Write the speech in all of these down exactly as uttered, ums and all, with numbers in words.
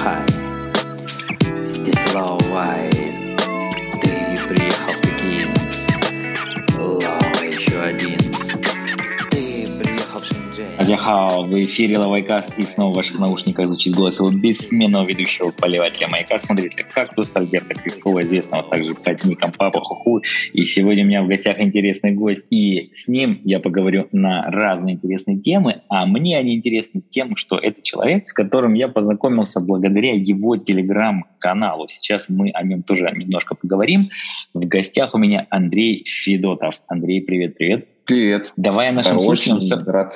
Хай, здесь Лауай, ты приехал в Пекин, Лауа еще один, ты приехал в Шэньчжэнь. Адзяхао, в эфире Лавайкаст, и снова в ваших наушниках звучит голос его бессменного ведущего поливателя маяка, смотрителя «Кактус» Альберта Крискова, известного также под ником Папа Хуху. И сегодня у меня в гостях интересный гость, и с ним я поговорю на разные интересные темы, а мне они интересны тем, что это человек, с которым я познакомился благодаря его телеграм-каналу. Сейчас мы о нем тоже немножко поговорим. В гостях у меня Андрей Федотов. Андрей, привет-привет. Привет. Давай нашим Я слушателям... очень рад.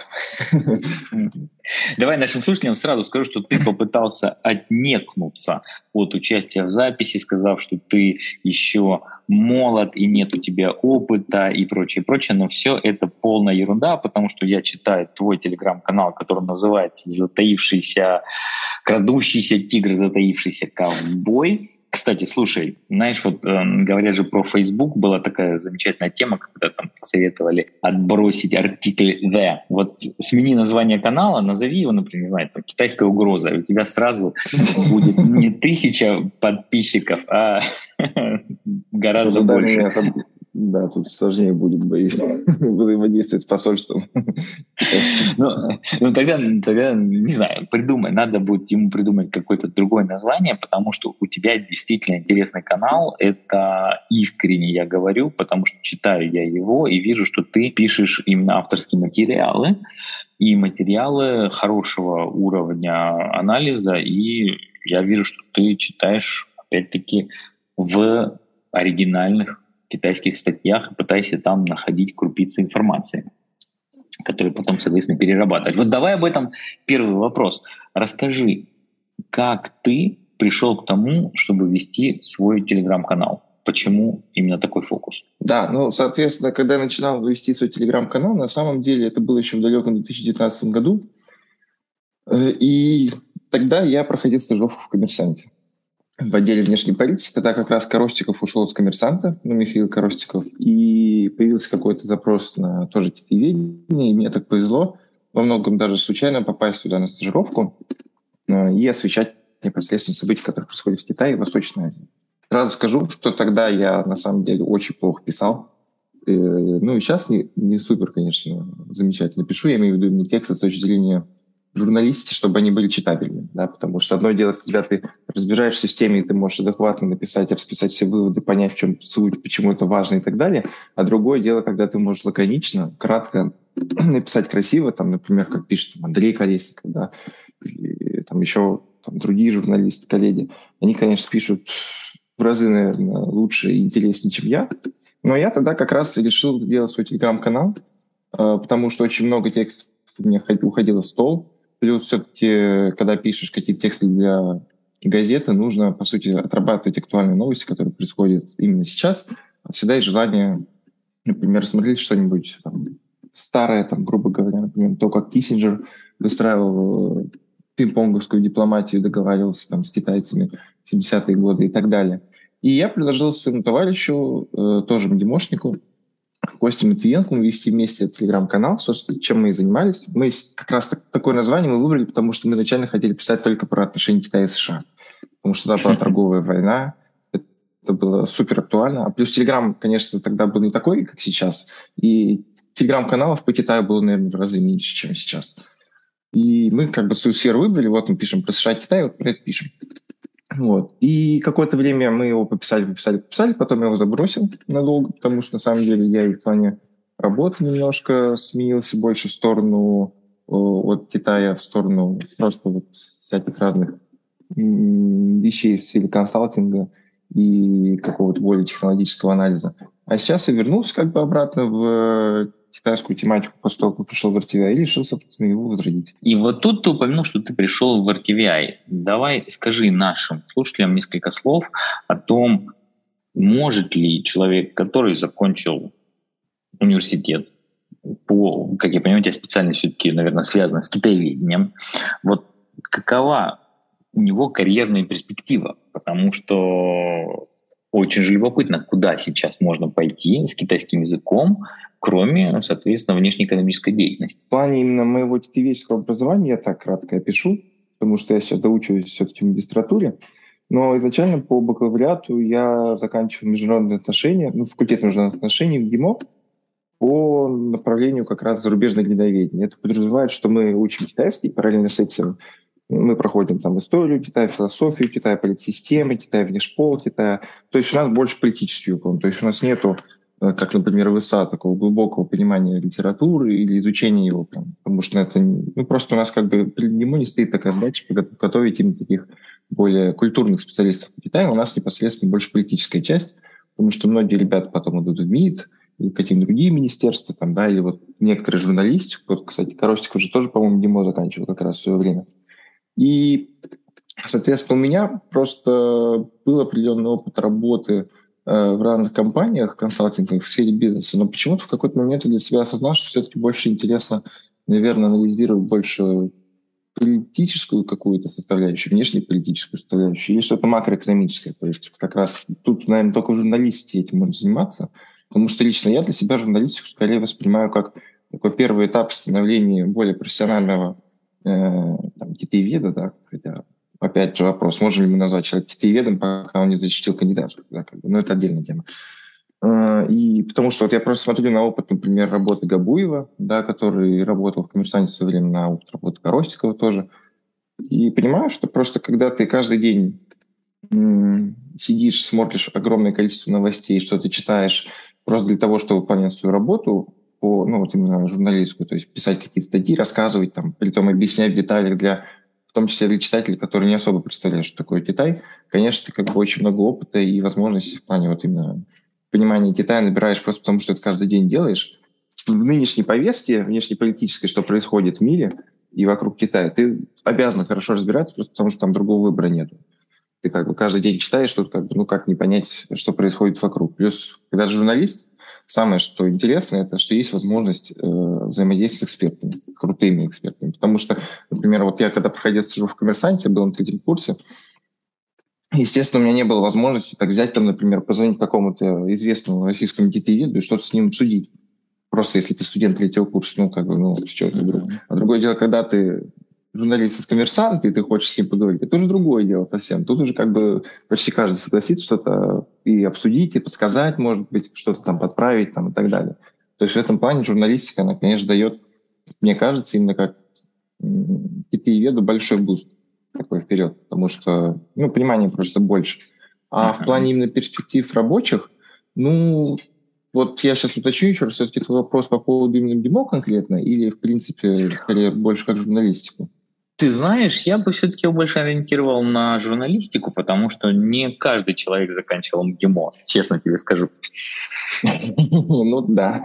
Давай нашим слушателям сразу скажу, что ты попытался отнекнуться от участия в записи, сказав, что ты еще молод и нет у тебя опыта и прочее, прочее. Но все это полная ерунда, потому что я читаю твой телеграм-канал, который называется «Затаившийся, крадущийся тигр, затаившийся ковбой». Кстати, слушай, знаешь, вот э, говорят же про Facebook, была такая замечательная тема, когда там советовали отбросить артикль «the». Вот смени название канала, назови его, например, не знаю, там, «Китайская угроза», и у тебя сразу будет не тысяча подписчиков, а гораздо больше. Да, тут сложнее будет, боюсь, взаимодействовать с посольством. Ну, ну тогда, тогда, не знаю, придумай. Надо будет ему придумать какое-то другое название, потому что у тебя действительно интересный канал. Это искренне я говорю, потому что читаю я его и вижу, что ты пишешь именно авторские материалы, и материалы хорошего уровня анализа, и я вижу, что ты читаешь, опять-таки, в оригинальных китайских статьях и пытайся там находить крупицы информации, которые потом, соответственно, перерабатывать. Вот давай об этом первый вопрос. Расскажи, как ты пришел к тому, чтобы вести свой телеграм-канал? Почему именно такой фокус? Да, ну, соответственно, когда я начинал вести свой телеграм-канал, на самом деле это было еще в далеком две тысячи девятнадцатом году, и тогда я проходил стажировку в «Коммерсанте» в отделе внешней политики. Тогда как раз Коростиков ушел с «Коммерсанта», ну, Михаил Коростиков, и появился какой-то запрос на тоже китаеведение, и мне так повезло во многом даже случайно попасть туда на стажировку и освещать непосредственно события, которые происходят в Китае и Восточной Азии. Сразу скажу, что тогда я на самом деле очень плохо писал. Ну и сейчас не, не супер, конечно, замечательно пишу. Я имею в виду не тексты с точки зрения журналистики, чтобы они были читабельны, да, потому что одно дело, когда ты разбираешься в теме, и ты можешь адекватно написать, расписать все выводы, понять, в чем суть, почему это важно и так далее, а другое дело, когда ты можешь лаконично, кратко написать красиво, там, например, как пишет там, Андрей Колесников, да, или там еще там, другие журналисты, коллеги, они, конечно, пишут в разы, наверное, лучше и интереснее, чем я, но я тогда как раз решил сделать свой телеграм-канал, потому что очень много текстов у меня уходило в стол. Плюс все-таки, когда пишешь какие-то тексты для газеты, нужно, по сути, отрабатывать актуальные новости, которые происходят именно сейчас. Всегда есть желание, например, смотреть что-нибудь там, старое, там, грубо говоря, например, то, как Киссинджер выстраивал пинг-понговскую дипломатию, договаривался там, с китайцами в семидесятые годы и так далее. И я предложил своему товарищу, э, тоже МГИМОшнику, Косте Матвиенко вести вместе телеграм-канал, собственно, чем мы и занимались. Мы как раз так, такое название мы выбрали, потому что мы изначально хотели писать только про отношения Китая и США. Потому что тогда была торговая война, это было супер актуально. А плюс телеграм, конечно, тогда был не такой, как сейчас. И телеграм-каналов по Китаю было, наверное, в разы меньше, чем сейчас. И мы как бы свою сферу выбрали, вот мы пишем про США и Китай, вот про это пишем. Вот. И какое-то время мы его пописали, пописали, пописали, потом я его забросил надолго, потому что на самом деле я и в плане работы немножко сменился больше в сторону от Китая, в сторону просто вот всяких разных вещей в стиле консалтинга и какого-то более технологического анализа. А сейчас я вернулся как бы обратно в китайскую тематику после того, как пришел в эр ти ви ай и решил, собственно, его возродить. И вот тут ты упомянул, что ты пришел в эр ти ви ай. Давай скажи нашим слушателям несколько слов о том, может ли человек, который закончил университет, по, как я понимаю, у тебя специальность все-таки, наверное, связана с китаеведением, вот какова у него карьерная перспектива? Потому что очень же любопытно, куда сейчас можно пойти с китайским языком, кроме, соответственно, внешнеэкономической деятельности. В плане именно моего китаеведческого образования, я так кратко опишу, потому что я сейчас доучиваюсь все-таки в магистратуре. Но изначально по бакалавриату я заканчиваю международные отношения, ну, факультет международных отношений в ГИМО по направлению как раз зарубежное линоведение. Это подразумевает, что мы учим китайский, параллельно с этим мы проходим там историю Китая, философию Китая, политсистемы Китая, внешпол Китая. То есть у нас больше политический уклон. То есть у нас нету, как, например, в ИСА, такого глубокого понимания литературы или изучения его. Прям, потому что это, ну, просто у нас как бы перед нему не стоит такая задача готовить именно таких более культурных специалистов по Китаю. У нас непосредственно больше политическая часть, потому что многие ребята потом идут в МИД, или какие-то другие министерства, там, да, или вот некоторые журналистики. Вот, кстати, Коростиков уже тоже, по-моему, ГИМО заканчивал как раз в свое время. И, соответственно, у меня просто был определенный опыт работы э, в разных компаниях, консалтинговых в сфере бизнеса, но почему-то в какой-то момент я для себя осознал, что все-таки больше интересно, наверное, анализировать больше политическую какую-то составляющую, внешнеполитическую составляющую, или что-то макроэкономическое. То есть как раз тут, наверное, только в журналистике этим можно заниматься, потому что лично я для себя журналистику скорее воспринимаю как такой первый этап становления более профессионального там, китаеведа, да, хотя опять же вопрос, можем ли мы назвать человека китаеведом, пока он не защитил кандидатскую, да, как бы, но это отдельная тема. И потому что вот я просто смотрю на опыт, например, работы Габуева, да, который работал в «Коммерсанте» в свое время, на опыт работы Коростикова тоже, и понимаю, что просто когда ты каждый день м- сидишь, смотришь огромное количество новостей, что ты читаешь просто для того, чтобы выполнять свою работу, по, ну, вот именно журналистскую, то есть писать какие-то статьи, рассказывать, там, притом объяснять в деталях для, в том числе для читателей, которые не особо представляют, что такое Китай. Конечно, ты как бы очень много опыта и возможностей в плане вот именно понимания Китая набираешь просто потому, что это каждый день делаешь. В нынешней повестке внешнеполитической, что происходит в мире и вокруг Китая, ты обязан хорошо разбираться, просто потому что там другого выбора нет. Ты как бы каждый день читаешь, что как бы, ну как не понять, что происходит вокруг. Плюс, когда ты журналист, самое, что интересно, это что есть возможность э, взаимодействовать с экспертами, крутыми экспертами. Потому что, например, вот я когда проходил стажировку в «Коммерсанте», был на третьем курсе, естественно, у меня не было возможности так взять, там, например, позвонить какому-то известному российскому китаеведу и что-то с ним обсудить. Просто если ты студент третьего курса, ну, как бы, ну, с чего-то вдруг. А другое дело, когда ты журналист из «Коммерсанта», и ты хочешь с ним поговорить, это уже другое дело совсем. Тут уже как бы почти каждый согласится что-то и обсудить, и подсказать, может быть, что-то там подправить там, и так далее. То есть в этом плане журналистика, она, конечно, дает, мне кажется, именно как китаеведу большой буст такой вперед, потому что, ну, понимания просто больше. А uh-huh. в плане именно перспектив рабочих, ну, вот я сейчас уточню еще раз, все-таки это вопрос по поводу именно ГИМО конкретно или, в принципе, скорее больше как журналистику? Ты знаешь, я бы все-таки больше ориентировал на журналистику, потому что не каждый человек заканчивал МГИМО, честно тебе скажу. Ну да.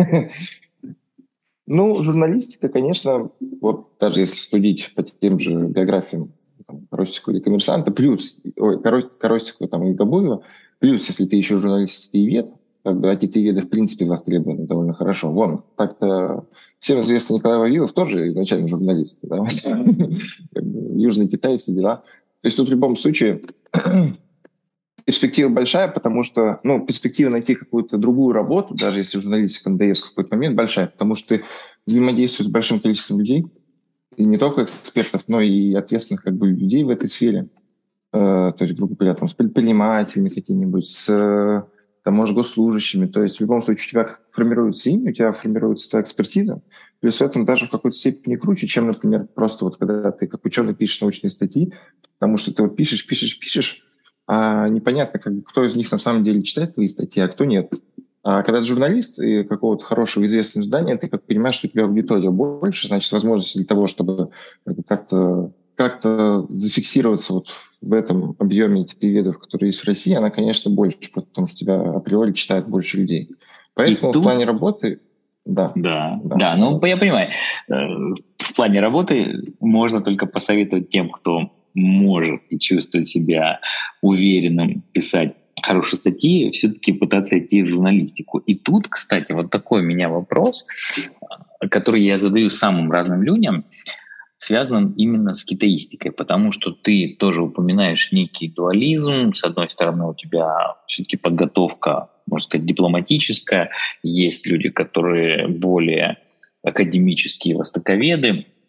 Ну, журналистика, конечно, вот даже если судить по тем же биографиям Коростикова или «Коммерсанта», плюс, ой, Коростикова там, и Габуева, плюс, если ты еще журналист и вед, как бы, а китаеведы, в принципе, востребованы довольно хорошо. Вон, так-то всем известный Николай Вавилов тоже изначально журналист. Да? Южный Китай, все дела. То есть тут в любом случае перспектива большая, потому что, ну, перспектива найти какую-то другую работу, даже если журналистика надоест в какой-то момент, большая, потому что ты взаимодействуешь с большим количеством людей, и не только экспертов, но и ответственных как бы людей в этой сфере. Э, то есть, грубо говоря, там, с предпринимателями какими-нибудь, с там, может, госслужащими. То есть в любом случае у тебя формируется имя, у тебя формируется твоя экспертиза. Плюс в этом даже в какой-то степени круче, чем, например, просто вот когда ты как ученый пишешь научные статьи, потому что ты вот пишешь, пишешь, пишешь, а непонятно, как бы, кто из них на самом деле читает твои статьи, а кто нет. А когда ты журналист и какого-то хорошего известного издания, ты как понимаешь, что у тебя аудитория больше, значит, возможности для того, чтобы как-то, как-то зафиксироваться вот в этом объеме китаеведов, которые есть в России, она, конечно, больше, потому что тебя априори читают больше людей. Поэтому тут... в плане работы... Да, да, да, да, ну, я понимаю. В плане работы можно только посоветовать тем, кто может и чувствует себя уверенным писать хорошие статьи, все-таки пытаться идти в журналистику. И тут, кстати, вот такой у меня вопрос, который я задаю самым разным людям, связан именно с китаистикой, потому что ты тоже упоминаешь некий дуализм. С одной стороны, у тебя все-таки подготовка, можно сказать, дипломатическая. Есть люди, которые более академические востоковеды.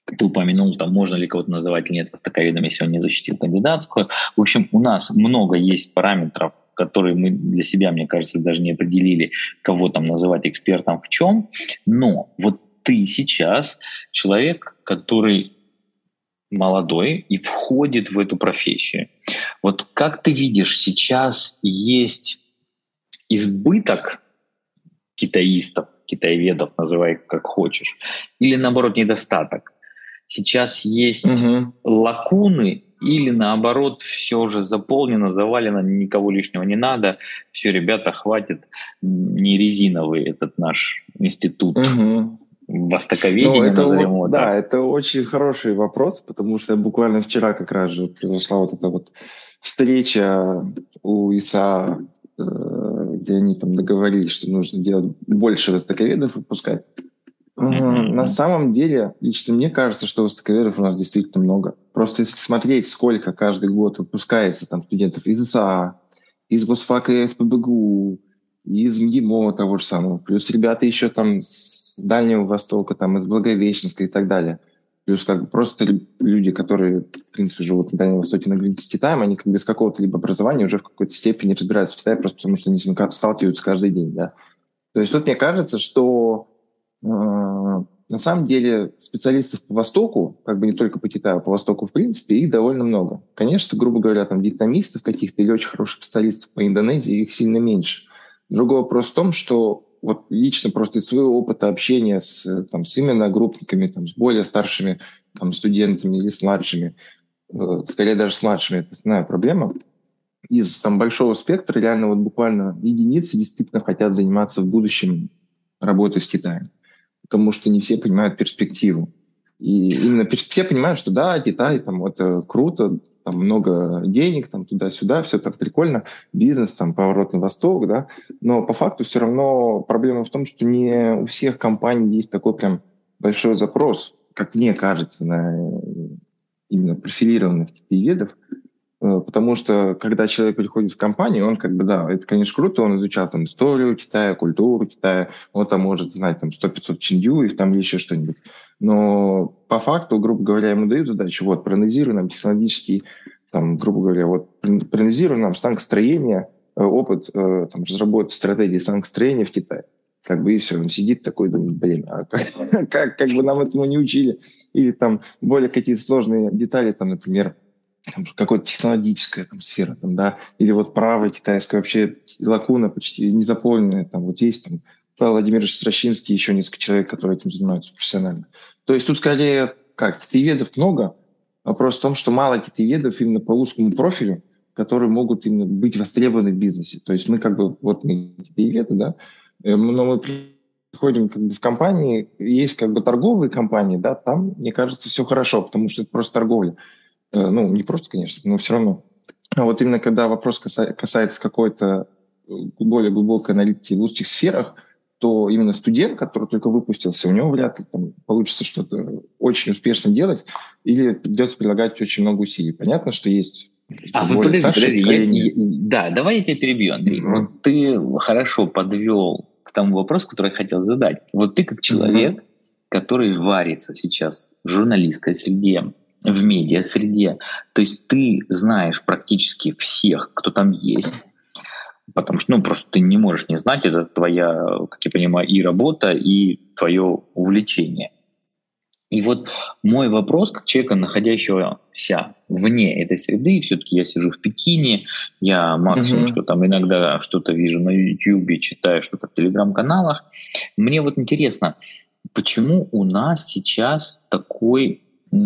Ты упомянул, там, можно ли кого-то называть или нет востоковедом, если он не защитил кандидатскую. В общем, у нас много есть параметров, которые мы для себя, мне кажется, даже не определили, кого там называть экспертом в чем. Но вот ты сейчас человек, который молодой и входит в эту профессию. Вот как ты видишь, сейчас есть избыток китаистов, китаеведов, называй как хочешь, или наоборот недостаток? Сейчас есть угу. лакуны или наоборот все же заполнено, завалено, никого лишнего не надо, все, ребята, хватит, не резиновый этот наш институт угу. востоковедения, ну, это назовем его так. Да, это очень хороший вопрос, потому что буквально вчера как раз же произошла вот эта вот встреча у ИСА, где они там договорились, что нужно делать больше востоковедов выпускать. Mm-hmm. На самом деле, лично мне кажется, что востоковедов у нас действительно много. Просто если смотреть, сколько каждый год выпускается там студентов из ИСА, из ГосФака СПбГУ, из МГИМО того же самого, плюс ребята еще там с Дальнего Востока, там из Благовещенска и так далее. Плюс как бы просто люди, которые, в принципе, живут на Дальнем Востоке на границе с Китаем, они как бы без какого-то либо образования уже в какой-то степени разбираются в Китае, просто потому что они с ним сталкиваются каждый день. Да? То есть тут мне кажется, что э, на самом деле специалистов по Востоку, как бы не только по Китаю, а по Востоку в принципе, их довольно много. Конечно, грубо говоря, там вьетнамистов каких-то или очень хороших специалистов по Индонезии, их сильно меньше. Другой вопрос в том, что вот лично просто из своего опыта общения с, там, с именно группниками, там, с более старшими там, студентами или с младшими, э, скорее даже с младшими, это основная проблема. Из там, большого спектра реально вот буквально единицы действительно хотят заниматься в будущем работой с Китаем, потому что не все понимают перспективу. И именно все понимают, что да, Китай, там, это круто, там много денег, там туда-сюда, все так прикольно, бизнес, там поворот на восток, да, но по факту все равно проблема в том, что не у всех компаний есть такой прям большой запрос, как мне кажется, на именно профилированных китаеведов, потому что когда человек приходит в компанию, он как бы, да, это, конечно, круто, он изучал там историю Китая, культуру Китая, он там может знать там сто-пятьсот чиндюев там или еще что-нибудь. Но по факту, грубо говоря, ему дают задачу, вот, проанализируй нам технологический, там, грубо говоря, вот, проанализируй нам станкостроение, опыт там, разработки стратегии станкостроения в Китае. Как бы и все, он сидит такой, думает, блин, а как, как, как бы нам этому не учили? Или там более какие-то сложные детали, там, например, какая-то технологическая там, сфера, там, да, или вот правая китайская вообще лакуна почти не заполненная, там вот есть там Павел Владимирович Стращинский, еще несколько человек, которые этим занимаются профессионально. То есть тут скорее как, китаеведов много, вопрос в том, что мало китаеведов именно по узкому профилю, которые могут именно быть востребованы в бизнесе. То есть мы как бы, вот мы китаеведы, да, но мы приходим как бы в компании, есть как бы торговые компании, да, там, мне кажется, все хорошо, потому что это просто торговля. Ну, не просто, конечно, но все равно. А вот именно когда вопрос касается какой-то более глубокой аналитики в узких сферах, то именно студент, который только выпустился, у него вряд ли там, получится что-то очень успешно делать или придется прилагать очень много усилий. Понятно, что есть... А вы подожди, подожди. Я, я, да, давай я тебя перебью, Андрей. Mm-hmm. Вот ты хорошо подвел к тому вопросу, который я хотел задать. Вот ты как человек, mm-hmm. который варится сейчас в журналистской среде, в медиа-среде. То есть ты знаешь практически всех, кто там есть, потому что, ну, просто ты не можешь не знать, это твоя, как я понимаю, и работа, и твое увлечение. И вот мой вопрос, как человека, находящегося вне этой среды, все-таки я сижу в Пекине, я максимум, uh-huh. что там иногда что-то вижу на YouTube, читаю что-то в телеграм-каналах. Мне вот интересно, почему у нас сейчас такой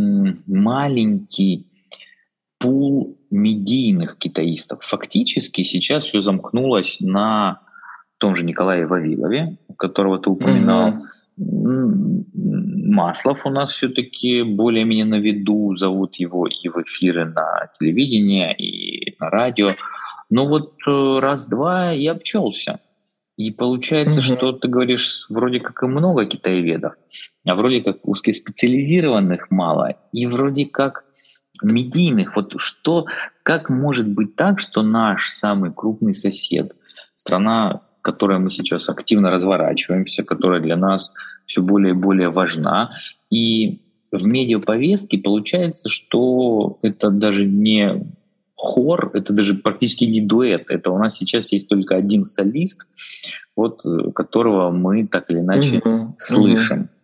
маленький пул медийных китаистов. Фактически сейчас все замкнулось на том же Николае Вавилове, которого ты упоминал. Mm-hmm. Маслов у нас все-таки более-менее на виду, зовут его и в эфиры на телевидении, и на радио. Но вот раз-два и обчелся. И получается, mm-hmm. что ты говоришь, вроде как и много китаеведов, а вроде как узкоспециализированных мало, и вроде как медийных. Вот что, как может быть так, что наш самый крупный сосед, страна, в которой мы сейчас активно разворачиваемся, которая для нас все более и более важна, и в медиаповестке получается, что это даже не хор, это даже практически не дуэт. Это у нас сейчас есть только один солист, вот, которого мы так или иначе Мгм, слышим. мгм.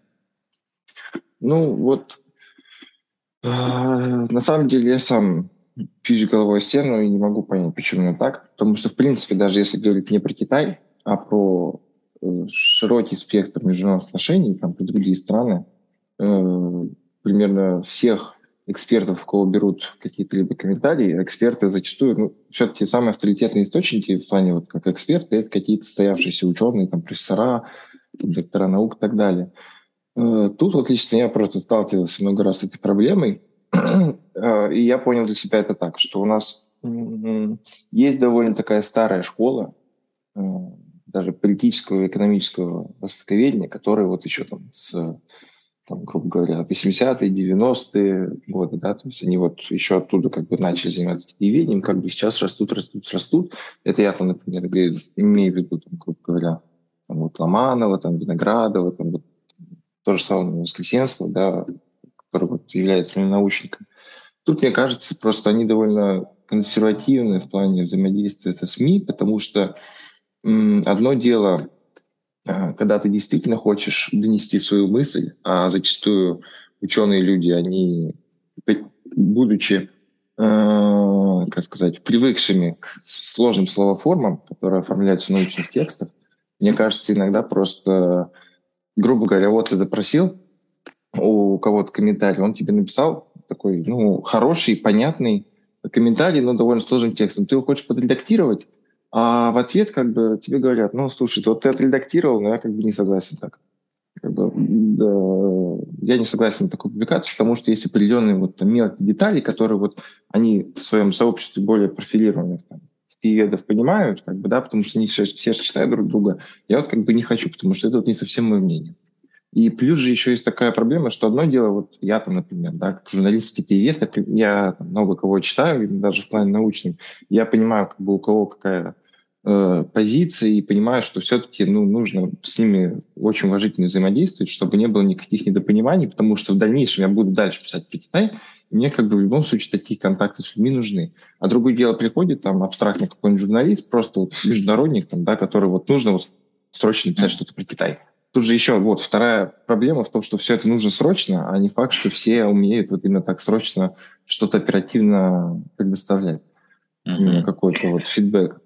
Ну, вот э, на самом деле я сам бьюсь головой о стену и не могу понять, почему именно так. Потому что, в принципе, даже если говорить не про Китай, а про э, широкий спектр международных отношений, там, про другие страны, э, примерно всех экспертов, у кого берут какие-то либо комментарии, эксперты зачастую, ну, все-таки самые авторитетные источники в плане вот как эксперты, это какие-то стоявшиеся ученые, там, профессора, доктора наук и так далее. Э, Тут вот лично я просто сталкивался много раз с этой проблемой, э, и я понял для себя это так, что у нас м, есть довольно такая старая школа, э, даже политического и экономического востоковедения, которая вот еще там с, там, грубо говоря, восьмидесятые, девяностые годы, да, то есть они вот еще оттуда как бы начали заниматься китаеведением, как бы сейчас растут, растут, растут. Это я там, например, имею имею в виду, там, грубо говоря, там, вот Ломанова, там, Виноградова, там, вот, то же самое Воскресенского, да, который вот является моим научником. Тут, мне кажется, просто они довольно консервативны в плане взаимодействия со СМИ, потому что м, одно дело, а, когда ты действительно хочешь донести свою мысль, а зачастую ученые люди, они, будучи, э, как сказать, привыкшими к сложным словоформам, которые оформляются в научных текстах, мне кажется, иногда просто, грубо говоря, вот ты запросил у кого-то комментарий, он тебе написал такой, ну, хороший, понятный комментарий, но довольно сложным текстом. Ты его хочешь подредактировать, а в ответ как бы тебе говорят, ну, слушай, вот ты отредактировал, но я как бы не согласен так. Как бы, да, я не согласен на такую публикацию, потому что есть определенные вот там мелкие детали, которые вот они в своем сообществе более профилированных там, стиеведов понимают, как бы, да, потому что они все, все читают друг друга. Я вот как бы не хочу, потому что это вот не совсем мое мнение. И плюс же еще есть такая проблема, что одно дело, вот я там, например, да, как журналист, китаевед, я там, много кого читаю, даже в плане научном, я понимаю, как бы у кого какая э, позиция, и понимаю, что все-таки ну, нужно с ними очень уважительно взаимодействовать, чтобы не было никаких недопониманий, потому что в дальнейшем я буду дальше писать про Китай, и мне как бы в любом случае такие контакты с людьми нужны. А другое дело приходит там абстрактный какой-нибудь журналист, просто вот международник, там, да, который вот нужно вот срочно писать что-то про Китай. Тут же еще вот вторая проблема в том, что все это нужно срочно, а не факт, что все умеют вот именно так срочно что-то оперативно предоставлять. Uh-huh. Какой-то вот фидбэк.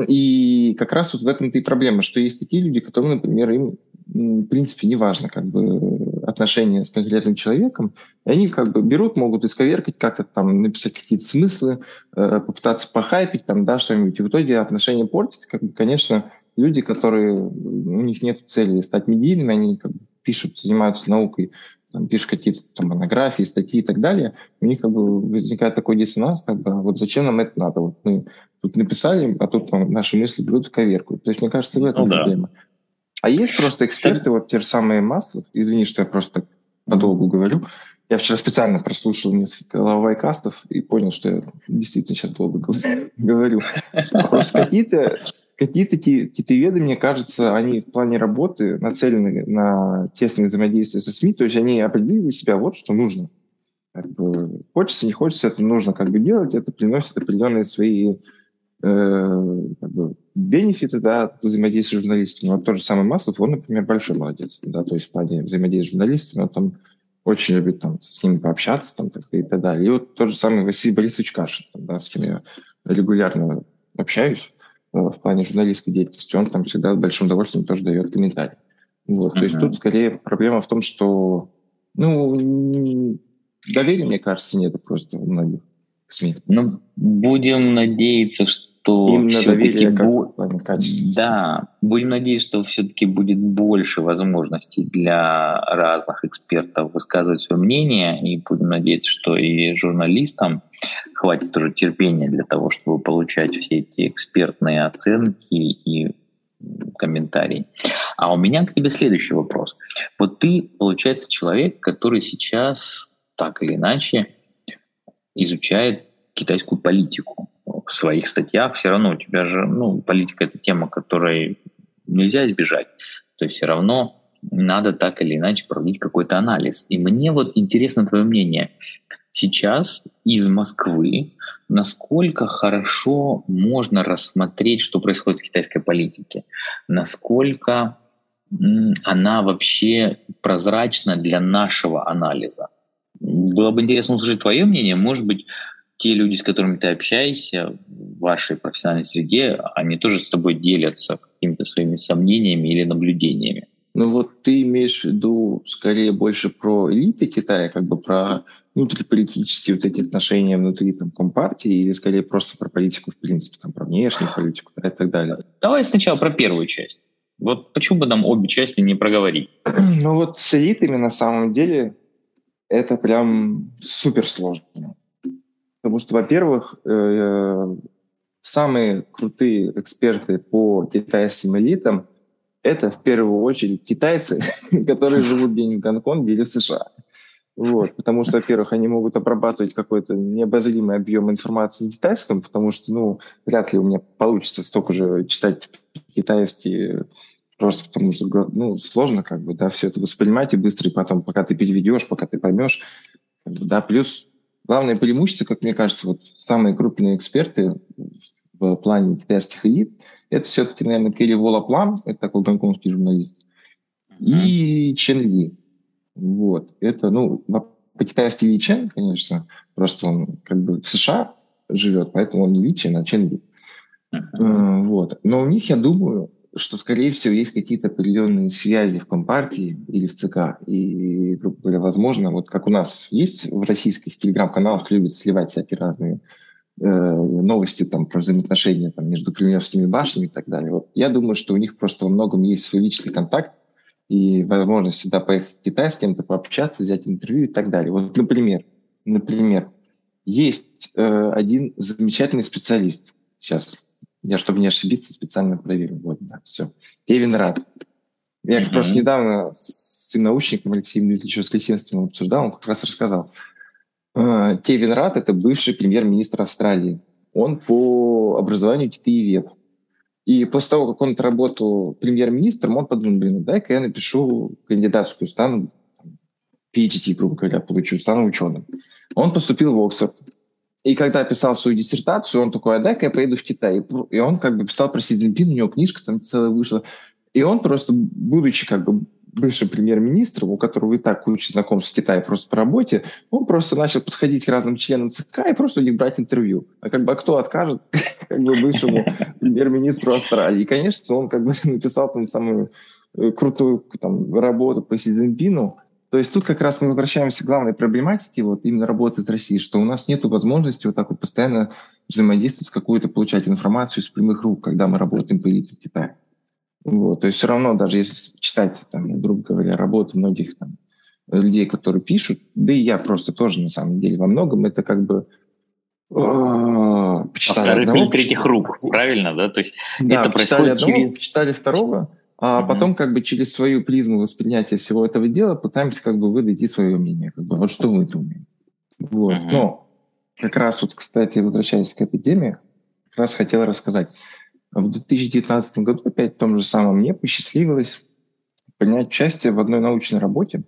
И как раз вот в этом-то и проблема, что есть такие люди, которые, например, им в принципе не важно как бы отношения с конкретным человеком, и они как бы берут, могут исковеркать, как-то там написать какие-то смыслы, э, попытаться похайпить там, да, что-нибудь, и в итоге отношения портить, как бы, конечно, люди, которые, у них нет цели стать медийными, они как бы пишут, занимаются наукой, там, пишут какие-то там монографии, статьи и так далее, у них как бы возникает такой диссонанс, как бы, вот зачем нам это надо? Вот мы тут написали, а тут там, наши мысли берут и коверкуют. То есть, мне кажется, в этом ну, проблема. Да. А есть просто эксперты, Кстати... вот те же самые Маслов, извини, что я просто подолгу mm-hmm. говорю, я вчера специально прослушал несколько лавайкастов и понял, что я действительно сейчас долго говорю. Просто какие-то какие-то китаеведы, мне кажется, они в плане работы нацелены на тесное взаимодействие со СМИ, то есть они определили для себя вот что нужно. Как бы, хочется, не хочется, это нужно как бы делать, это приносит определенные свои э, как бы, бенефиты, да, от взаимодействия с журналистами. Вот тот же самый Маслов, он, например, большой молодец, да, то есть в плане взаимодействия с журналистами, он там очень любит там, с ними пообщаться там, так, и так далее. И вот тот же самый Василий Борисович Кашин, там, да, с кем я регулярно общаюсь э, в плане журналистской деятельности, он там всегда с большим удовольствием тоже дает комментарии. Вот, uh-huh. То есть тут скорее проблема в том, что ну, доверия, мне кажется, нет просто у многих СМИ. Ну, будем надеяться, что именно все-таки бо... да, будем надеяться, что все-таки будет больше возможностей для разных экспертов высказывать свое мнение, и будем надеяться, что и журналистам хватит уже терпения для того, чтобы получать все эти экспертные оценки и комментарии. А у меня к тебе следующий вопрос. Вот ты, получается, человек, который сейчас так или иначе изучает китайскую политику в своих статьях. Все равно у тебя же, ну, политика — это тема, которой нельзя избежать. То есть все равно надо так или иначе проводить какой-то анализ. И мне вот интересно твое мнение. Сейчас из Москвы насколько хорошо можно рассмотреть, что происходит в китайской политике? Насколько м, она вообще прозрачна для нашего анализа? Было бы интересно услышать твое мнение. Может быть, те люди, с которыми ты общаешься в вашей профессиональной среде, они тоже с тобой делятся какими-то своими сомнениями или наблюдениями. Ну вот ты имеешь в виду скорее больше про элиты Китая, как бы про внутриполитические вот эти отношения внутри там, компартии, или скорее просто про политику в принципе, там, про внешнюю политику, да, и так далее? Давай сначала про первую часть. Вот почему бы нам обе части не проговорить? Ну вот с элитами на самом деле это прям супер сложно. Потому что, во-первых, э, самые крутые эксперты по китайским элитам это в первую очередь китайцы, которые живут где-нибудь в Гонконге или в США. Вот, потому что, во-первых, они могут обрабатывать какой-то необозримый объем информации на китайском, потому что, ну, вряд ли у меня получится столько же читать китайский, просто потому что, ну, сложно как бы, да, все это воспринимать и быстро, и потом, пока ты переведешь, пока ты поймешь, да, плюс главное преимущество, как мне кажется, вот самые крупные эксперты в плане китайских элит, это все-таки, наверное, Керри Волоплам, это такой гонконгский журналист, mm-hmm. и Чен Ли. Вот. Это, ну, по-китайски Ли Чен, конечно, просто он как бы в США живет, поэтому он не Ли Чен, а Чен Ли. Uh-huh. Вот. Но у них, я думаю, что, скорее всего, есть какие-то определенные связи в Компартии или в ЦК. И, грубо говоря, возможно, вот как у нас есть в российских телеграм-каналах, любят сливать всякие разные э, новости там, про взаимоотношения там, между кремлевскими башнями и так далее. Вот. Я думаю, что у них просто во многом есть свой личный контакт и возможность всегда поехать в Китай, с кем-то пообщаться, взять интервью и так далее. Вот, например, например есть э, один замечательный специалист сейчас. Я, чтобы не ошибиться, специально проверил. Вот, да, все. Кевин Рад. Я mm-hmm. просто недавно с научником Алексеем Дмитриевичем Воскресенским обсуждал, он как раз рассказал. Э, Кевин Рад – это бывший премьер-министр Австралии. Он по образованию китаевед. И после того, как он отработал премьер-министром, он подумал, блин, дай-ка я напишу кандидатскую, стану пи эйч ди, грубо говоря, получу, стану ученым. Он поступил в Оксфорд. И когда писал свою диссертацию, он такой, а дай-ка я поеду в Китай. И он как бы писал про Си Цзиньпина, у него книжка там целая вышла. И он просто, будучи как бы бывшим премьер-министром, у которого и так куча знакомств с Китаем просто по работе, он просто начал подходить к разным членам ЦК и просто у них брать интервью. А как бы а кто откажет как бы бывшему премьер-министру Австралии? И, конечно, он как бы написал там самую крутую там, работу по Си Цзиньпину. То есть тут как раз мы возвращаемся к главной проблематике вот именно работы в России, что у нас нет возможности вот так вот постоянно взаимодействовать, какую-то получать информацию из прямых рук, когда мы работаем по элите в Китае. Вот. То есть все равно, даже если читать, там, грубо говоря, работы многих там, людей, которые пишут, да и я просто тоже, на самом деле, во многом это как бы почитали одного, или третьих рук, правильно, да? То есть да, это происходит одного, через... читали второго, а mm-hmm. потом как бы через свою призму восприятия всего этого дела пытаемся как бы выдать и свое мнение. Как бы, вот что мы думаем. Вот. Mm-hmm. Но как раз вот, кстати, возвращаясь к этой теме, как раз хотел рассказать. В две тысячи девятнадцатом году опять в том же самом мне посчастливилось принять участие в одной научной работе.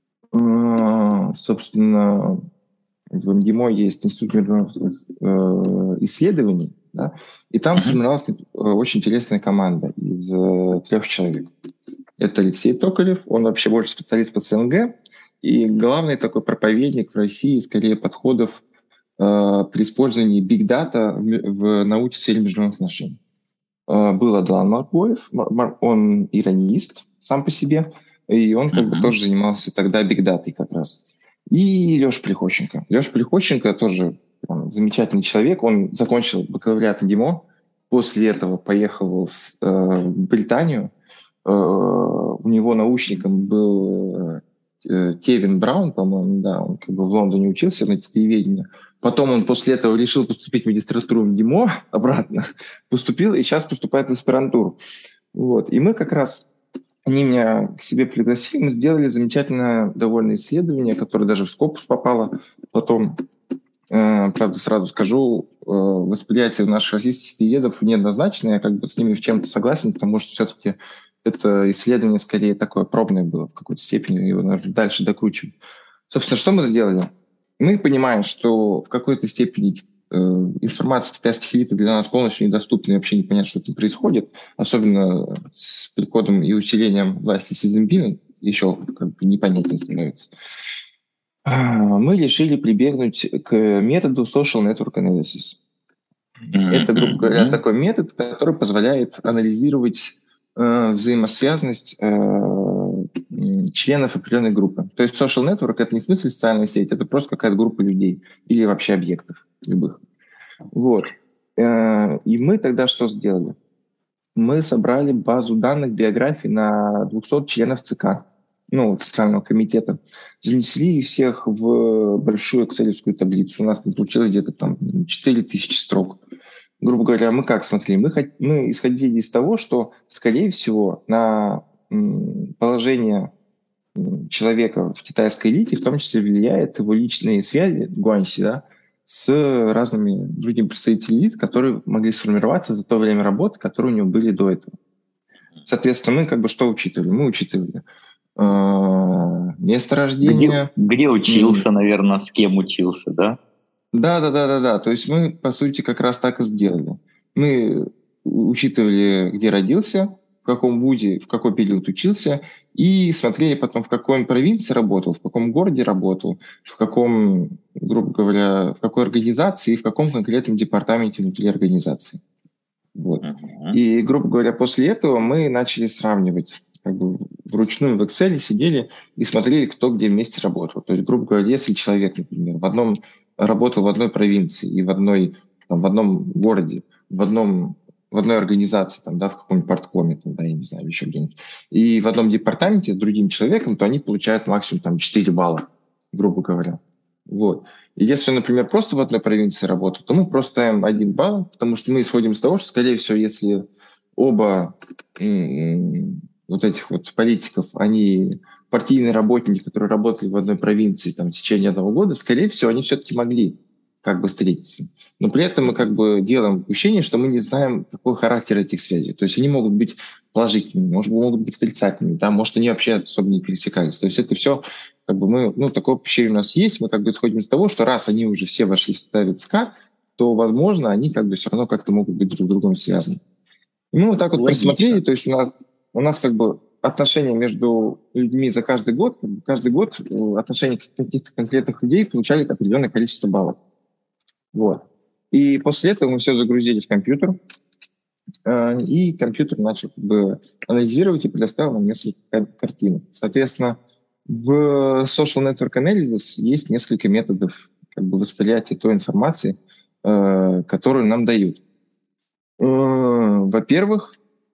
Собственно, в МГИМО есть институт международных исследований, да, и там сформировалась очень интересная команда из трех человек. Это Алексей Токарев, он вообще больше специалист по СНГ, и главный такой проповедник в России, скорее, подходов э, при использовании Big Data в, в науке в сфере международных отношений. Э, был Адлан Маркоев, он иронист сам по себе, и он как uh-huh. бы тоже занимался тогда Big Data как раз. И Леша Плехоченко. Леша Плехоченко тоже он, замечательный человек, он закончил бакалавриат МГИМО, после этого поехал в, э, в Британию. У него научником был Кевин Браун, по-моему, да, он как бы в Лондоне учился на телевидении. Потом он после этого решил поступить в магистратуру МГИМО обратно, поступил и сейчас поступает в аспирантуру. Вот. И мы как раз, они меня к себе пригласили, мы сделали замечательное довольно исследование, которое даже в Scopus попало. Потом, э, правда, сразу скажу, э, восприятие наших российских исследователей неоднозначное, я как бы с ними в чем-то согласен, потому что все-таки это исследование скорее такое пробное было в какой-то степени, его нужно дальше докручивать. Собственно, что мы сделали? Мы понимаем, что в какой-то степени э, информация китайских элит для нас полностью недоступна, и вообще непонятно, что там происходит, особенно с приходом и усилением власти Си Цзиньпина, еще как бы непонятнее становится. Мы решили прибегнуть к методу Social Network Analysis. Mm-hmm. Это, грубо говоря, mm-hmm. такой метод, который позволяет анализировать э, взаимосвязанность э, членов определенной группы. То есть social network — это не в смысле социальная сеть, это просто какая-то группа людей или вообще объектов любых. Вот. Э, и мы тогда что сделали? Мы собрали базу данных биографий на двухсот членов ЦК, ну, Центрального комитета, занесли их всех в большую экселевскую таблицу. У нас получилось где-то там четыре тысячи строк. Грубо говоря, мы как смотрели? Мы, мы исходили из того, что, скорее всего, на положение человека в китайской элите в том числе влияет его личные связи, гуаньси, да, с разными другими представителями элит, которые могли сформироваться за то время работы, которые у него были до этого. Соответственно, мы как бы что учитывали? Мы учитывали место рождения. Где, где учился, наверное, с кем учился, да? Да, да, да, да, да. То есть мы, по сути, как раз так и сделали. Мы учитывали, где родился, в каком вузе, в какой период учился, и смотрели потом, в какой он провинции работал, в каком городе работал, в каком, грубо говоря, в какой организации и в каком конкретном департаменте внутри организации. Вот. Uh-huh. И, грубо говоря, после этого мы начали сравнивать. Как бы вручную в Excel сидели и смотрели, кто где вместе работал. То есть, грубо говоря, если человек, например, в одном работал в одной провинции и в одной, там, в одном городе, в одном в одной организации, там, да, в каком-нибудь парткоме, там, да, я не знаю, еще где-нибудь, и в одном департаменте с другим человеком, то они получают максимум там четыре балла, грубо говоря. Вот. И если, например, просто в одной провинции работают, то мы просто ставим один балл, потому что мы исходим из того, что, скорее всего, если оба м- вот этих вот политиков, они партийные работники, которые работали в одной провинции там, в течение одного года, скорее всего, они все-таки могли как бы встретиться. Но при этом мы как бы делаем ощущение, что мы не знаем, какой характер этих связей. То есть они могут быть положительными, может, могут быть отрицательными, да, может, они вообще особо не пересекались. То есть это все, как бы мы, ну, такое ощущение у нас есть, мы как бы исходим из того, что раз они уже все вошли в состав ЦК, то, возможно, они как бы все равно как-то могут быть друг с другом связаны. И мы вот так вот Логично. Просмотрели, то есть у нас, у нас как бы отношения между людьми за каждый год, каждый год отношения каких-то конкретных людей получали определенное количество баллов. Вот. И после этого мы все загрузили в компьютер, э, и компьютер начал как бы анализировать и предоставил нам несколько картинок. Соответственно, в Social Network Analysis есть несколько методов как бы восприятия той информации, э, которую нам дают. Э, во-первых,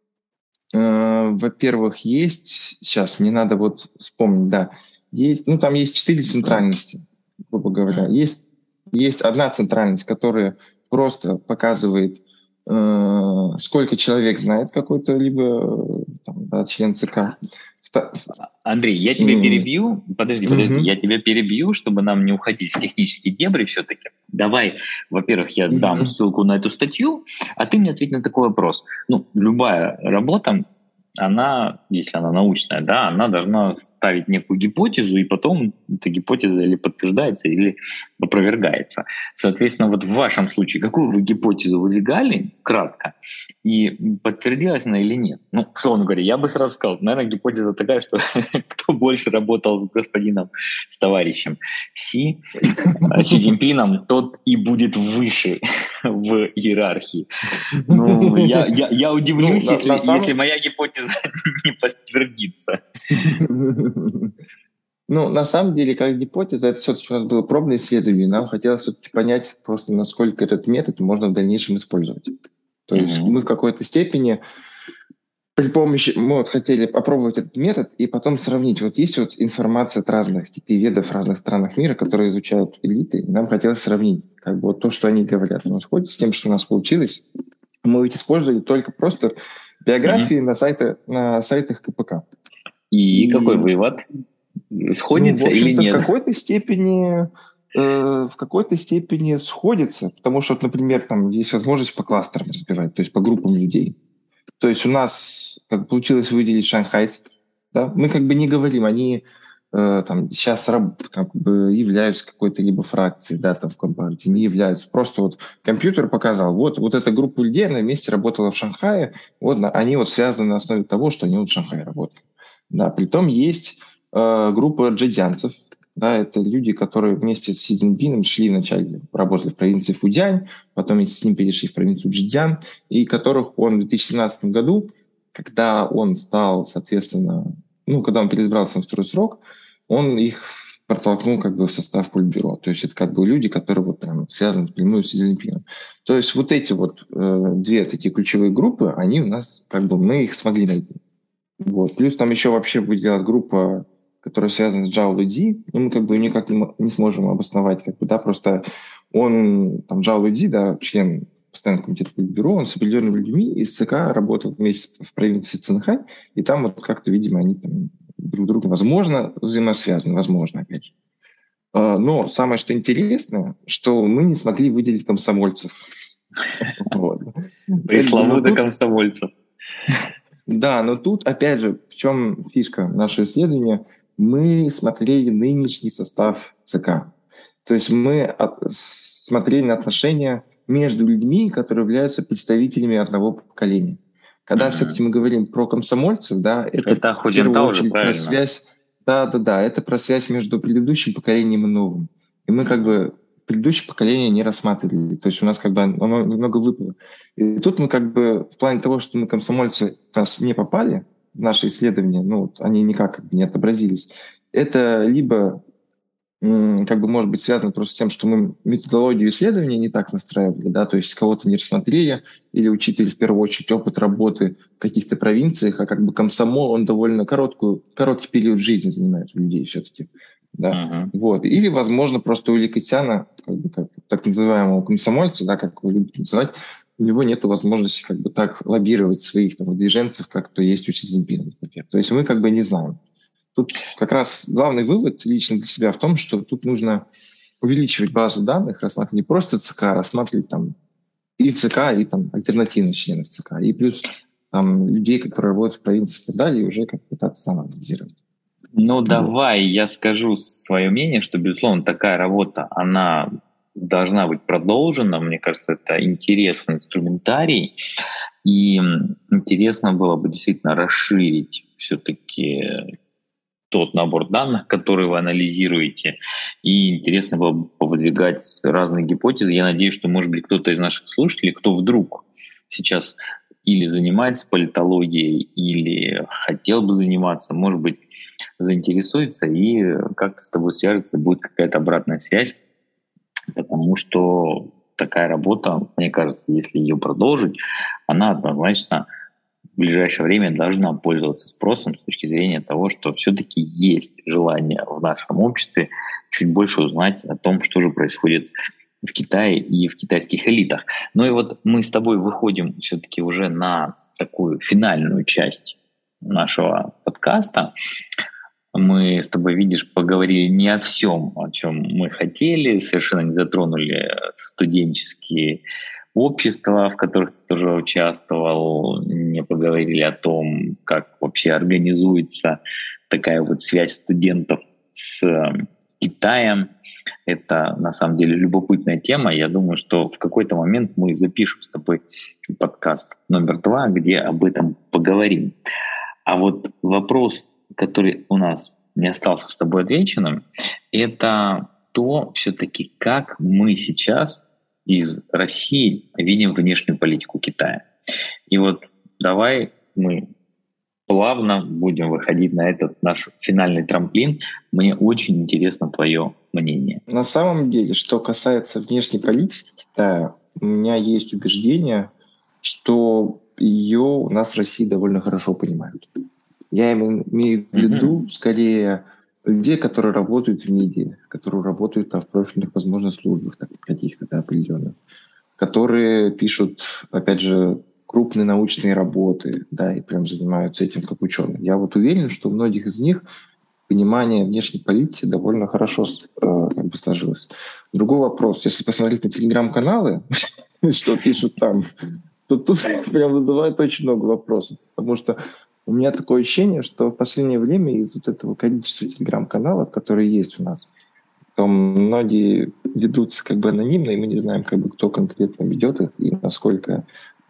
э, во-первых, есть, сейчас мне надо вот вспомнить, да, есть, ну там есть четыре центральности, грубо говоря. Есть Есть одна центральность, которая просто показывает, э, сколько человек знает какой-то либо там, да, член ЦК. Андрей, я тебя mm. перебью. Подожди, подожди, mm-hmm. я тебя перебью, чтобы нам не уходить в технические дебри все-таки. Давай, во-первых, я mm-hmm. дам ссылку на эту статью, а ты мне ответь на такой вопрос. Ну, любая работа, она, если она научная, да, она должна ставить некую гипотезу, и потом эта гипотеза или подтверждается, или опровергается. Соответственно, вот в вашем случае, какую вы гипотезу выдвигали, кратко, и подтвердилась она или нет? Ну, условно говоря, я бы сразу сказал, наверное, гипотеза такая, что кто больше работал с господином, с товарищем Си, Си Цзиньпином, тот и будет выше в иерархии. Ну, я, я, я удивлюсь, ну, если, на самом... если моя гипотеза не подтвердится. Ну, на самом деле, как гипотеза, это все-таки у нас было пробное исследование. Нам хотелось все-таки понять просто, насколько этот метод можно в дальнейшем использовать. То есть mm-hmm. мы в какой-то степени при помощи, мы вот хотели попробовать этот метод и потом сравнить. Вот есть вот информация от разных китаеведов в разных странах мира, которые изучают элиты. Нам хотелось сравнить как бы вот то, что они говорят. У нас сходит с тем, что у нас получилось. Мы ведь использовали только просто биографии mm-hmm. на, сайты, на сайтах КПК. И, и какой вывод? Сходится, ну, или нет? В какой-то степени, э, в какой-то степени сходится, потому что, например, там есть возможность по кластерам разбивать, то есть по группам людей. То есть у нас как получилось выделить Шанхай, да? Мы как бы не говорим, они э, там сейчас как бы являются какой-то либо фракцией, да, там в Компартии, не являются. Просто вот компьютер показал, вот, вот эта группа людей, она вместе работала в Шанхае, вот они вот связаны на основе того, что они вот в Шанхае работали. Да, притом есть э, группа джэцзянцев, да, это люди, которые вместе с Си Цзиньпином шли вначале, работали в провинции Фудзянь, потом с ним перешли в провинцию Чжэцзян, и которых он в две тысячи семнадцатом году, когда он стал, соответственно, ну, когда он переизбрался на второй срок, он их протолкнул как бы в состав Политбюро. То есть это как бы люди, которые вот прям связаны напрямую с Си Цзиньпином. То есть вот эти вот э, две такие ключевые группы, они у нас, как бы, мы их смогли найти. Вот. Плюс там еще вообще выделилась группа, которая связана с Джао Луди, но мы как бы никак не, не сможем обосновать, как бы, да, просто он, там, Джао Луди, да, член постоянного комитета Политбюро, он с определенными людьми из ЦК работал вместе в провинции Цинхай, и там вот как-то, видимо, они там друг другу, возможно, взаимосвязаны, возможно, опять же. Но самое, что интересное, что мы не смогли выделить комсомольцев. Пресловутых комсомольцев. Да, но тут, опять же, в чем фишка нашего исследования? Мы смотрели нынешний состав ЦК. То есть мы от, смотрели на отношения между людьми, которые являются представителями одного поколения. Когда mm-hmm. все-таки мы говорим про комсомольцев, да, это, это в первую очередь про связь. Да, да, да, это про связь между предыдущим поколением и новым. И мы mm-hmm. как бы предыдущее поколение не рассматривали. То есть у нас как бы оно немного выпало. И тут мы как бы в плане того, что мы комсомольцы у нас не попали в наши исследования, ну, они никак как бы не отобразились. Это либо как бы может быть связано просто с тем, что мы методологию исследования не так настраивали, да, то есть кого-то не рассмотрели или учитывали в первую очередь опыт работы в каких-то провинциях, а как бы комсомол, он довольно короткую, короткий период жизни занимает у людей все-таки. Да, uh-huh. вот. Или, возможно, просто у Ликитяна, как бы, как, так называемого комсомольца, да, как вы любите называть, у него нет возможности как бы так лоббировать своих там, движенцев, как то есть у Си Цзиньпина, например. То есть мы как бы не знаем. Тут как раз главный вывод лично для себя в том, что тут нужно увеличивать базу данных, рассматривать не просто ЦК, а рассматривать там и ЦК, и там альтернативных членов ЦК, и плюс там людей, которые работают в провинции и так далее, и уже как пытаться самоанализировать. Ну, вот. Давай я скажу свое мнение, что, безусловно, такая работа, она должна быть продолжена. Мне кажется, это интересный инструментарий. И интересно было бы действительно расширить все-таки тот набор данных, которые вы анализируете. И интересно было бы повыдвигать разные гипотезы. Я надеюсь, что, может быть, кто-то из наших слушателей, кто вдруг сейчас или занимается политологией, или хотел бы заниматься, может быть, заинтересуется и как-то с тобой свяжется, будет какая-то обратная связь, потому что такая работа, мне кажется, если ее продолжить, она однозначно в ближайшее время должна пользоваться спросом с точки зрения того, что все-таки есть желание в нашем обществе чуть больше узнать о том, что же происходит в Китае и в китайских элитах. Ну и вот мы с тобой выходим все-таки уже на такую финальную часть нашего подкаста. Мы с тобой, видишь, поговорили не о всем, о чем мы хотели, совершенно не затронули студенческие общества, в которых ты тоже участвовал, не поговорили о том, как вообще организуется такая вот связь студентов с Китаем. Это, на самом деле, любопытная тема. Я думаю, что в какой-то момент мы запишем с тобой подкаст номер два, где об этом поговорим. А вот вопрос, который у нас не остался с тобой отвеченным, это то все-таки, как мы сейчас из России видим внешнюю политику Китая. И вот давай мы плавно будем выходить на этот наш финальный трамплин. Мне очень интересно твое мнение. На самом деле, что касается внешней политики Китая, у меня есть убеждение, что ее у нас в России довольно хорошо понимают. Я имею в виду, mm-hmm. скорее, людей, которые работают в МИДе, которые работают там, в профильных, возможно, службах так, каких-то да, определенных, которые пишут, опять же, крупные научные работы, да, и прям занимаются этим как ученые. Я вот уверен, что у многих из них понимание внешней политики довольно хорошо э, как бы сложилось. Другой вопрос. Если посмотреть на телеграм-каналы, что пишут там, Тут, тут прям вызывает очень много вопросов, потому что у меня такое ощущение, что в последнее время из вот этого количества телеграм-каналов, которые есть у нас, то многие ведутся как бы анонимно, и мы не знаем, как бы, кто конкретно ведет их и насколько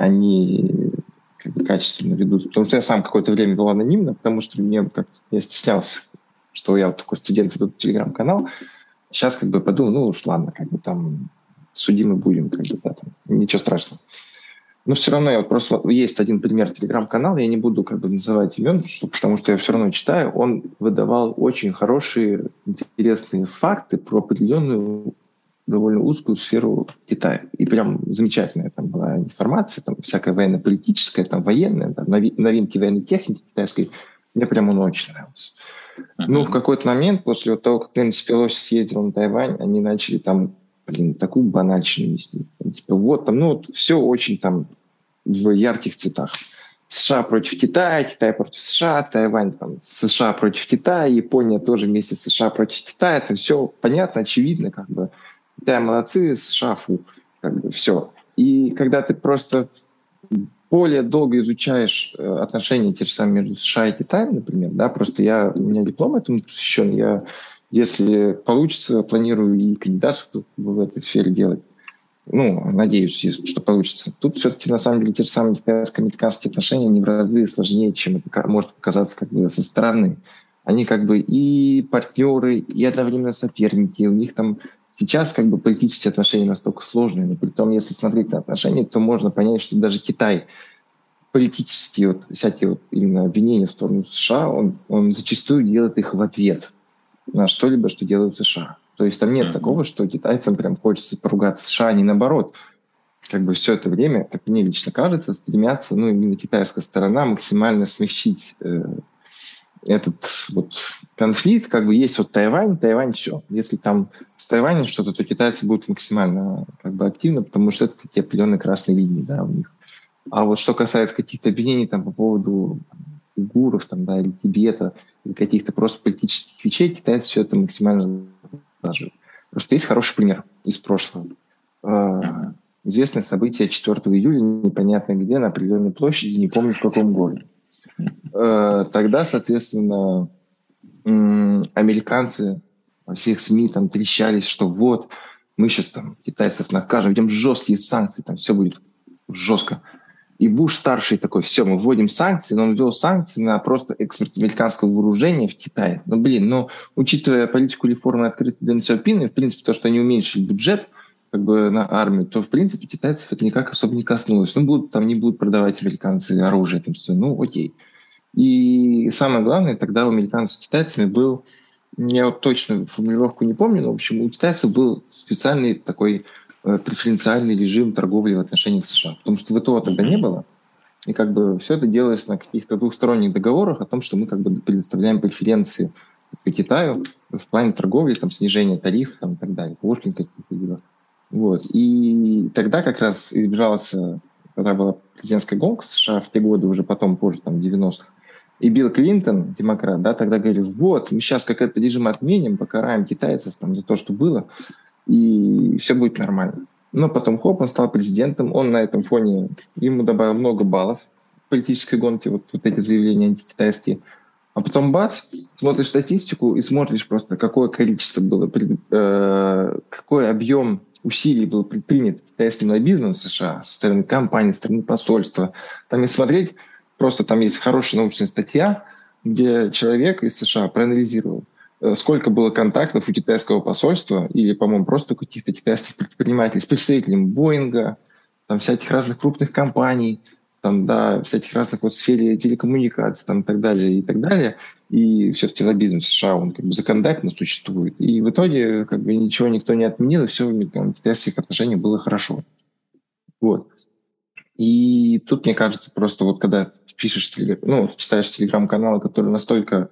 они как бы качественно ведутся. Потому что я сам какое-то время вел анонимно, потому что мне как-то я стеснялся, что я вот такой студент, веду телеграм-канал. Сейчас как бы подумал, ну уж ладно, как бы там судимы будем, как бы, да, там, ничего страшного. Но все равно я вот просто... Есть один пример телеграм-канала, я не буду как бы называть имен, что, потому что я все равно читаю. Он выдавал очень хорошие, интересные факты про определенную довольно узкую сферу Китая. И прям замечательная там была информация, там всякая военно-политическая, там военная, там новинки военной техники китайской. Мне прям он очень нравился. Uh-huh. Ну, в какой-то момент, после того, как Нэнси Пелоси съездила на Тайвань, они начали там, блин, такую банальщину нести. Типа вот там, ну, вот, все очень там в ярких цветах. США против Китая, Китай против США, Тайвань там, США против Китая, Япония тоже вместе с США против Китая. Это все понятно, очевидно, как бы. Китай молодцы, США фу. Как бы все. И когда ты просто более долго изучаешь отношения те же самые между США и Китаем, например, да, просто я, у меня диплом этому посвящен, я, если получится, планирую и кандидатскую в этой сфере делать. Ну, надеюсь, что получится. Тут все-таки, на самом деле, те же самые китайско-американские отношения, они в разы сложнее, чем это может показаться как бы со стороны. Они как бы и партнеры, и одновременно соперники. У них там сейчас как бы политические отношения настолько сложные. Но при том, если смотреть на отношения, то можно понять, что даже Китай политические вот, всякие вот именно обвинения в сторону США, он, он зачастую делает их в ответ на что-либо, что делают США. То есть там нет mm-hmm. такого, что китайцам прям хочется поругаться США, а не наоборот. Как бы все это время, как мне лично кажется, стремятся, ну, именно китайская сторона максимально смягчить э, этот вот конфликт. Как бы есть вот Тайвань, Тайвань все. Если там с Тайванем что-то, то китайцы будут максимально как бы активно, потому что это такие определенные красные линии, да, у них. А вот что касается каких-то обвинений там по поводу там, уйгуров, там, да, или Тибета, или каких-то просто политических вещей, китайцы все это максимально даже. Просто есть хороший пример из прошлого. Uh-huh. Известное событие четвёртого июля, непонятно где, на определенной площади, не помню в каком городе. Uh, тогда, соответственно, м- американцы во всех СМИ там трещались, что вот, мы сейчас там китайцев накажем, ведем жесткие санкции, там все будет жестко. И Буш-старший такой, все, мы вводим санкции, но он ввел санкции на просто экспорт американского вооружения в Китай. Ну, блин, ну, учитывая политику реформы открытой Дэн Сяопина, в принципе, то, что они уменьшили бюджет как бы на армию, то, в принципе, китайцев это никак особо не коснулось. Ну, будут, там не будут продавать американцы оружие, там все, ну, окей. И самое главное, тогда у американцев с китайцами был, я вот точно формулировку не помню, но, в общем, у китайцев был специальный такой преференциальный режим торговли в отношениях с США. Потому что ВТО тогда не было. И как бы все это делалось на каких-то двухсторонних договорах о том, что мы как бы предоставляем преференции по Китаю в плане торговли, там, снижения тарифов там, и так далее, пошлин каких-то делов. Вот. И тогда как раз избежался, когда была президентская гонка в США в те годы, уже потом, позже, там, в девяностых, и Билл Клинтон, демократ, да, тогда говорил, вот, мы сейчас как этот режим отменим, покараем китайцев там, за то, что было, и все будет нормально. Но потом, хоп, он стал президентом, он на этом фоне, ему добавил много баллов в политической гонке, вот, вот эти заявления антикитайские. А потом бац, смотришь статистику и смотришь просто, какое количество было, э, какой объем усилий был предпринят китайским лоббизмом в США со стороны компании, со стороны посольства. Там и смотреть, просто там есть хорошая научная статья, где человек из США проанализировал, сколько было контактов у китайского посольства или, по-моему, просто каких-то китайских предпринимателей с представителями Боинга, там всяких разных крупных компаний, там, да, всяких разных вот в сфере телекоммуникаций, там, и так далее, и так далее. И все-таки лоббизм в США, он как бы законодательно существует. И в итоге как бы ничего никто не отменил, и все в китайских отношениях было хорошо. Вот. И тут, мне кажется, просто вот когда пишешь, ну, читаешь телеграм-каналы, которые настолько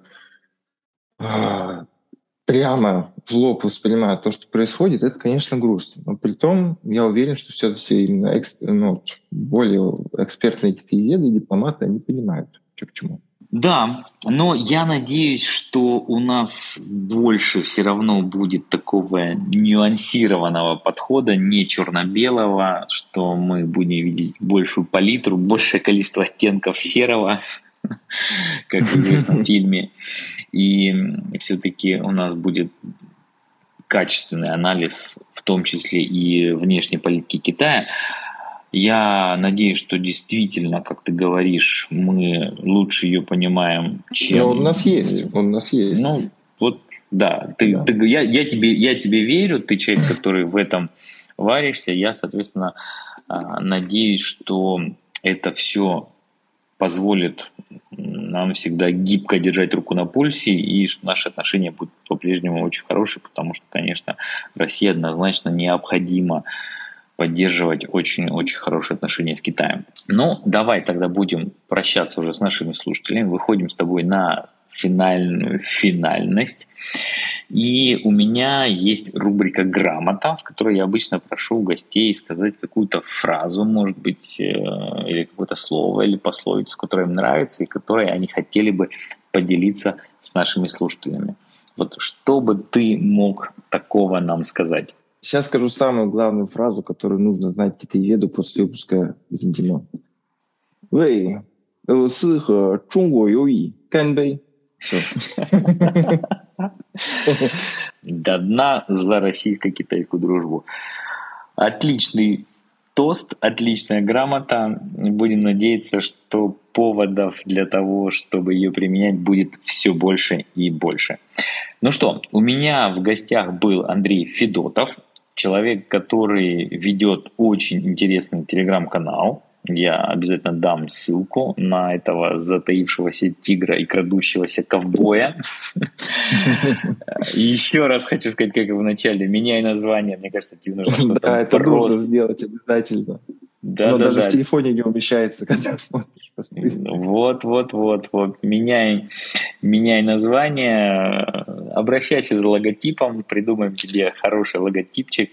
прямо в лоб воспринимают то, что происходит, это, конечно, грустно. Но при том, я уверен, что все-таки именно экс, ну, более экспертные какие-то веды, дипломаты, они понимают, что к чему. Да, но я надеюсь, что у нас больше все равно будет такого нюансированного подхода, не черно-белого, что мы будем видеть большую палитру, большее количество оттенков серого, как в известном фильме. И все-таки у нас будет качественный анализ, в том числе и внешней политики Китая. Я надеюсь, что действительно, как ты говоришь, мы лучше ее понимаем, чем... Но он у нас есть, он у нас есть. Ну, вот, да. Ты, да. Ты, я, я, тебе, я тебе верю, ты человек, который в этом варишься. Я, соответственно, надеюсь, что это все позволит нам всегда гибко держать руку на пульсе, и что наши отношения будут по-прежнему очень хорошие, потому что, конечно, России однозначно необходимо поддерживать очень-очень хорошие отношения с Китаем. Ну, давай тогда будем прощаться уже с нашими слушателями. Выходим с тобой на финальную финальность. И у меня есть рубрика «Грамота», в которой я обычно прошу гостей сказать какую-то фразу, может быть, или какое-то слово, или пословицу, которая им нравится, и которой они хотели бы поделиться с нашими слушателями. Вот что бы ты мог такого нам сказать? Сейчас скажу самую главную фразу, которую нужно знать китаеведу после выпуска «Измедено». Вэй, Си хэ Чунго Юи, Кэнбэй. Все. До дна за российско-китайскую дружбу. Отличный тост, отличная грамота. Будем надеяться, что поводов для того, чтобы ее применять, будет все больше и больше. Ну что, у меня в гостях был Андрей Федотов, человек, который ведет очень интересный телеграм-канал. Я обязательно дам ссылку на этого затаившегося тигра и крадущегося ковбоя. Еще раз хочу сказать, как и в начале, меняй название. Мне кажется, тебе нужно что-то Да, это нужно сделать обязательно. Да, Но да, даже да. в телефоне не умещается, когда смотришь посты. Вот, вот, вот, вот. Меняй, меняй название, обращайся за логотипом, придумаем тебе хороший логотипчик.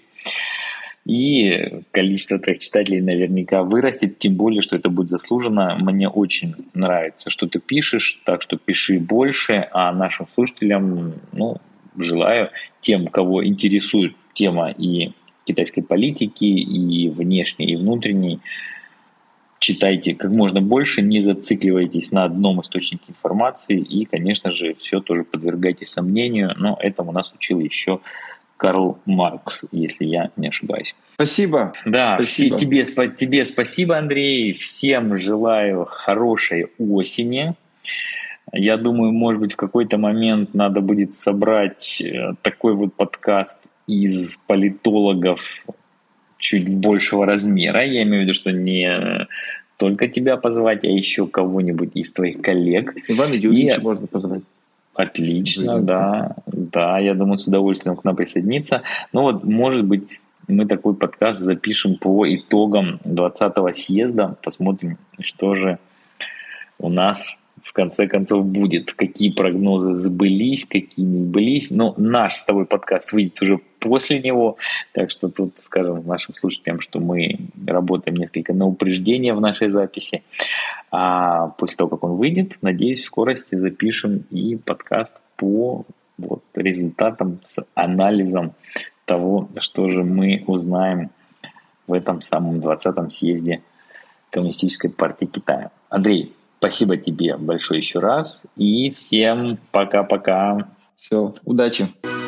И количество твоих читателей наверняка вырастет, тем более, что это будет заслуженно. Мне очень нравится, что ты пишешь, так что пиши больше, а нашим слушателям, ну, желаю, тем, кого интересует тема и китайской политики, и внешней, и внутренней, читайте как можно больше, не зацикливайтесь на одном источнике информации и, конечно же, все тоже подвергайте сомнению, но этому нас учил еще Карл Маркс, если я не ошибаюсь. Спасибо. Да, спасибо. Все, тебе, тебе спасибо, Андрей. Всем желаю хорошей осени. Я думаю, может быть, в какой-то момент надо будет собрать такой вот подкаст из политологов чуть большего размера. Я имею в виду, что не только тебя позвать, а еще кого-нибудь из твоих коллег. Ивана Юрьевича И... можно позвать. Отлично, Вы, да, да, я думаю, с удовольствием к нам присоединиться. Ну вот, может быть, мы такой подкаст запишем по итогам двадцатого съезда, посмотрим, что же у нас в конце концов будет, какие прогнозы сбылись, какие не сбылись. Но наш с тобой подкаст выйдет уже после него, так что тут скажем нашим слушателям, что мы работаем несколько на упреждение в нашей записи. А после того, как он выйдет, надеюсь, в скорости запишем и подкаст по вот результатам с анализом того, что же мы узнаем в этом самом двадцатом съезде Коммунистической партии Китая. Андрей, спасибо тебе большое еще раз и всем пока-пока. Все, удачи.